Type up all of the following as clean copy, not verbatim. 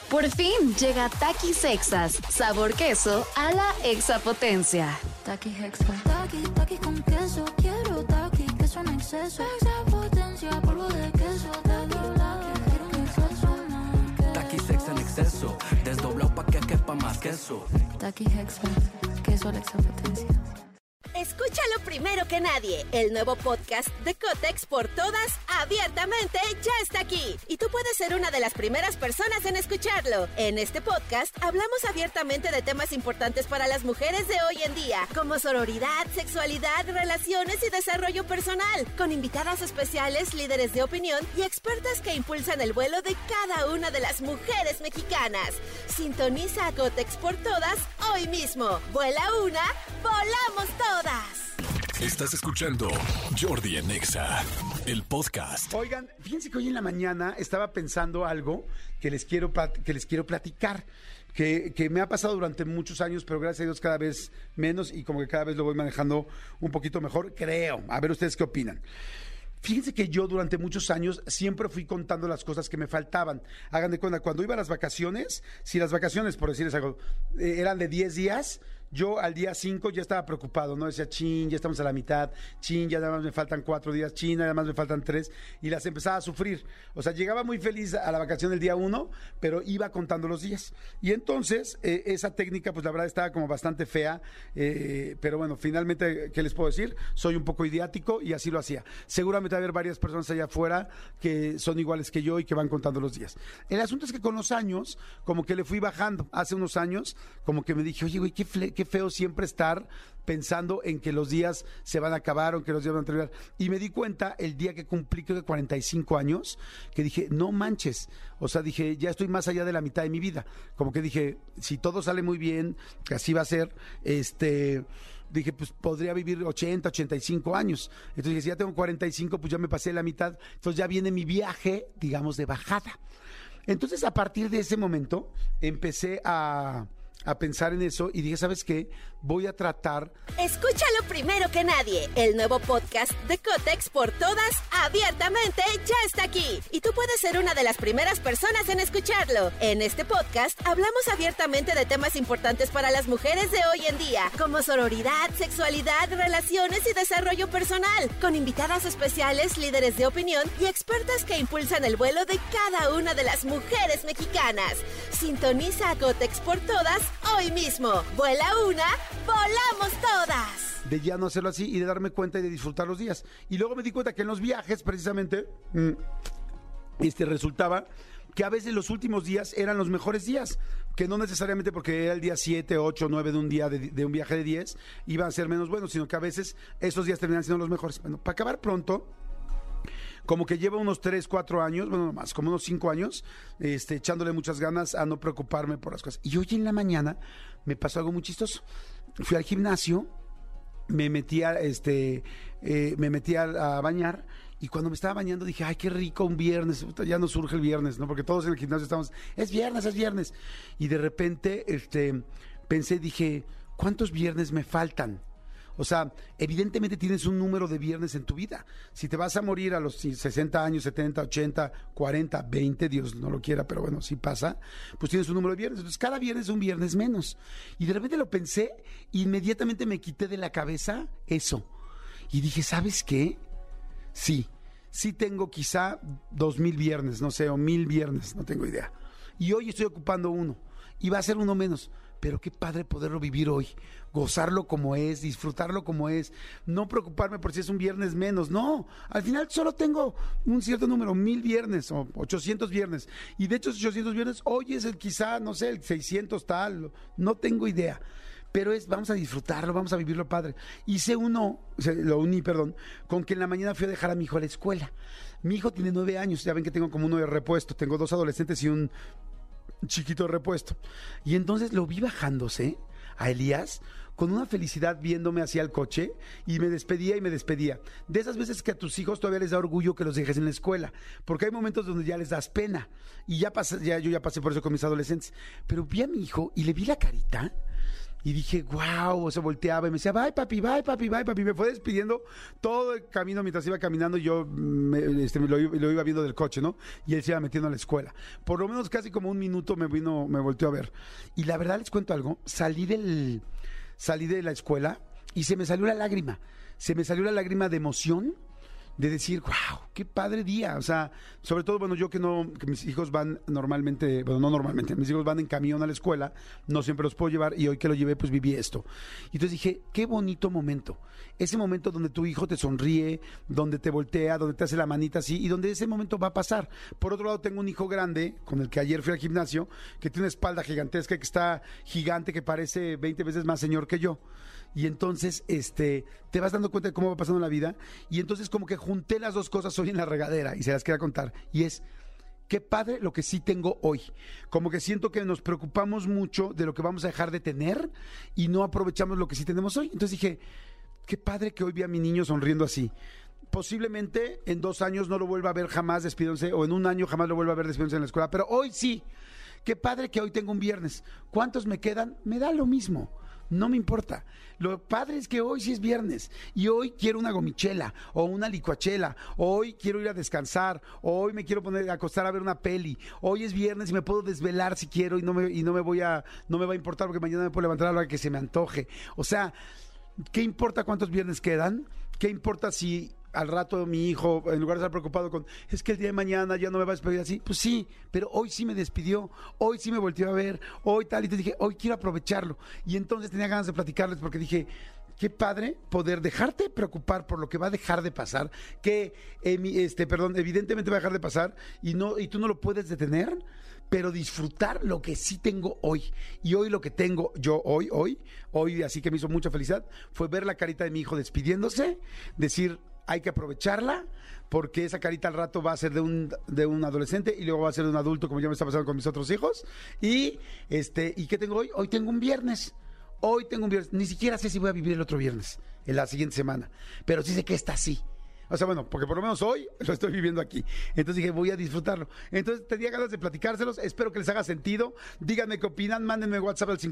Por fin llega Takis Exas, sabor queso a la exapotencia. Takis Hexa. Takis con queso, quiero Takis, queso en exceso. Exapotencia, polvo de queso, quiero un exceso más. Takis Hexa en exceso, desdoblado pa' que quepa más queso. Takis Hexa, queso a la exapotencia. Escúchalo primero que nadie. El nuevo podcast de Cotex por todas, abiertamente, ya está aquí. Y tú puedes ser una de las primeras personas en escucharlo. En este podcast hablamos abiertamente de temas importantes para las mujeres de hoy en día, como sororidad, sexualidad, relaciones y desarrollo personal, con invitadas especiales, líderes de opinión y expertas que impulsan el vuelo de cada una de las mujeres mexicanas. Sintoniza a Cotex por todas hoy mismo. Vuela una, volamos todas. Estás escuchando Jordi en Exa, el podcast. Oigan, fíjense que hoy en la mañana estaba pensando algo que les quiero platicar, que me ha pasado durante muchos años, pero gracias a Dios cada vez menos y como que cada vez lo voy manejando un poquito mejor, creo. A ver ustedes qué opinan. Fíjense que yo durante muchos años siempre fui contando las cosas que me faltaban. Hagan de cuenta, cuando iba a las vacaciones, si las vacaciones, por decirles algo, eran de 10 días, yo al día 5 ya estaba preocupado, ¿no? Decía, chin, ya estamos a la mitad, chin, ya nada más me faltan 4 días, chin, nada más me faltan 3, y las empezaba a sufrir. O sea, llegaba muy feliz a la vacación el día 1, pero iba contando los días. Y entonces, esa técnica, pues la verdad estaba como bastante fea, pero bueno, finalmente, ¿qué les puedo decir? Soy un poco idiático y así lo hacía. Seguramente va a haber varias personas allá afuera que son iguales que yo y que van contando los días. El asunto es que con los años, como que le fui bajando. Hace unos años, como que me dije, oye, güey, qué feo siempre estar pensando en que los días se van a acabar o en que los días van a terminar. Y me di cuenta el día que cumplí, creo que 45 años, que dije, no manches. O sea, dije, ya estoy más allá de la mitad de mi vida. Como que dije, si todo sale muy bien, que así va a ser, dije, pues podría vivir 80, 85 años. Entonces dije, si ya tengo 45, pues ya me pasé la mitad. Entonces ya viene mi viaje, digamos, de bajada. Entonces, a partir de ese momento, empecé a pensar en eso y dije, ¿sabes qué? Voy a tratar... Escúchalo primero que nadie. El nuevo podcast de Cotex por todas, abiertamente, ya está aquí. Y tú puedes ser una de las primeras personas en escucharlo. En este podcast hablamos abiertamente de temas importantes para las mujeres de hoy en día, como sororidad, sexualidad, relaciones y desarrollo personal, con invitadas especiales, líderes de opinión y expertas que impulsan el vuelo de cada una de las mujeres mexicanas. Sintoniza a Cotex por todas hoy mismo. Vuela una, volamos todas. De ya no hacerlo así y de darme cuenta y de disfrutar los días. Y luego me di cuenta que en los viajes, precisamente, resultaba que a veces los últimos días eran los mejores días, que no necesariamente porque era el día 7, 8, 9 de un día de un viaje de 10 iban a ser menos buenos, sino que a veces esos días terminan siendo los mejores. Bueno, para acabar pronto, como que lleva unos 3, 4 años, bueno, no más, como unos 5 años, echándole muchas ganas a no preocuparme por las cosas. Y hoy en la mañana me pasó algo muy chistoso. Fui al gimnasio, me metí a bañar, y cuando me estaba bañando dije, ay, qué rico un viernes. Ya nos surge el viernes, ¿no? Porque todos en el gimnasio estamos, es viernes. Y de repente pensé, dije, ¿cuántos viernes me faltan? O sea, evidentemente tienes un número de viernes en tu vida. Si te vas a morir a los 60 años, 70, 80, 40, 20, Dios no lo quiera, pero bueno, si pasa, pues tienes un número de viernes. Entonces, cada viernes es un viernes menos. Y de repente lo pensé, inmediatamente me quité de la cabeza eso. Y dije, ¿sabes qué? Sí tengo quizá 2,000 viernes, no sé, o 1,000 viernes, no tengo idea. Y hoy estoy ocupando uno. Y va a ser uno menos. Pero qué padre poderlo vivir hoy, gozarlo como es, disfrutarlo como es, no preocuparme por si es un viernes menos, no, al final solo tengo un cierto número, 1,000 viernes o 800 viernes, y de hecho 800 viernes, hoy es el quizá, no sé, el 600 tal, no tengo idea, pero vamos a disfrutarlo, vamos a vivirlo padre. Lo uní, con que en la mañana fui a dejar a mi hijo a la escuela. Mi hijo tiene 9 años, ya ven que tengo como uno de repuesto, tengo 2 adolescentes y un chiquito de repuesto. Y entonces lo vi bajándose a Elías con una felicidad viéndome hacia el coche y me despedía. De esas veces que a tus hijos todavía les da orgullo que los dejes en la escuela, porque hay momentos donde ya les das pena. Y yo ya pasé por eso con mis adolescentes. Pero vi a mi hijo y le vi la carita Y dije, wow, se volteaba y me decía, bye papi, bye papi, bye papi. Me fue despidiendo todo el camino mientras iba caminando y yo lo iba viendo del coche, ¿no? Y él se iba metiendo a la escuela. Por lo menos casi como un minuto me volteó a ver. Y la verdad les cuento algo, salí de la escuela y se me salió la lágrima. Se me salió la lágrima de emoción, de decir, wow, qué padre día. O sea, sobre todo, bueno, yo que mis hijos van normalmente, bueno, no normalmente, mis hijos van en camión a la escuela, no siempre los puedo llevar, y hoy que lo llevé, pues viví esto. Y entonces dije, qué bonito momento. Ese momento donde tu hijo te sonríe, donde te voltea, donde te hace la manita así, y donde ese momento va a pasar. Por otro lado, tengo un hijo grande, con el que ayer fui al gimnasio, que tiene una espalda gigantesca, que está gigante, que parece 20 veces más señor que yo. Y entonces te vas dando cuenta de cómo va pasando la vida, y entonces como que junté las dos cosas hoy en la regadera y se las quería contar, y es qué padre lo que sí tengo hoy. Como que siento que nos preocupamos mucho de lo que vamos a dejar de tener y no aprovechamos lo que sí tenemos hoy. Entonces dije, qué padre que hoy vi a mi niño sonriendo así. Posiblemente en 2 años no lo vuelva a ver jamás despidiéndose, o en 1 año jamás lo vuelva a ver despidiéndose en la escuela, pero hoy sí. Qué padre que hoy tengo un viernes. ¿Cuántos me quedan? Me da lo mismo. No me importa. Lo padre es que hoy sí es viernes y hoy quiero una gomichela o una licuachela, hoy quiero ir a descansar, hoy me quiero poner a acostar a ver una peli, hoy es viernes y me puedo desvelar si quiero y no me va a importar porque mañana me puedo levantar a la hora que se me antoje. O sea, ¿qué importa cuántos viernes quedan? ¿Qué importa si al rato mi hijo, en lugar de estar preocupado con, es que el día de mañana ya no me va a despedir así? Pues sí, pero hoy sí me despidió, hoy sí me volteó a ver, hoy tal, y te dije, hoy quiero aprovecharlo. Y entonces tenía ganas de platicarles porque dije, qué padre poder dejarte preocupar por lo que va a dejar de pasar, que evidentemente va a dejar de pasar y tú no lo puedes detener, pero disfrutar lo que sí tengo hoy. Y hoy lo que tengo yo hoy, así que me hizo mucha felicidad, fue ver la carita de mi hijo despidiéndose, decir, hay que aprovecharla, porque esa carita al rato va a ser de un adolescente y luego va a ser de un adulto, como ya me está pasando con mis otros hijos. ¿Y qué tengo hoy? Hoy tengo un viernes. Ni siquiera sé si voy a vivir el otro viernes, en la siguiente semana, pero sí sé que está así. O sea, bueno, porque por lo menos hoy lo estoy viviendo aquí. Entonces dije, voy a disfrutarlo. Entonces tenía ganas de platicárselos. Espero que les haga sentido. Díganme qué opinan. Mándenme WhatsApp al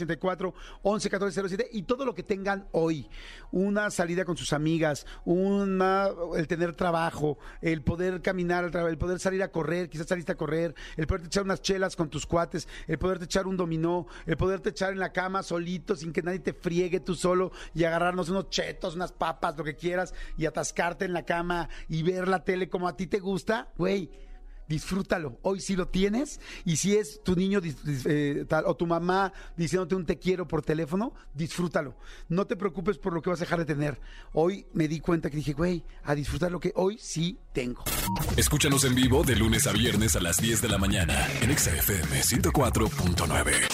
5584-111407 y todo lo que tengan hoy. Una salida con sus amigas, el tener trabajo, el poder caminar al trabajo, el poder salir a correr, quizás saliste a correr, el poderte echar unas chelas con tus cuates, el poderte echar un dominó, el poderte echar en la cama solito sin que nadie te friegue, tú solo, y agarrarnos unos chetos, unas papas, lo que quieras, y atascarte en la cama y ver la tele como a ti te gusta, güey, disfrútalo. Hoy sí lo tienes, y si es tu niño o tu mamá diciéndote un te quiero por teléfono, disfrútalo. No te preocupes por lo que vas a dejar de tener. Hoy me di cuenta que dije, güey, a disfrutar lo que hoy sí tengo. Escúchanos en vivo de lunes a viernes a las 10 de la mañana en XFM 104.9.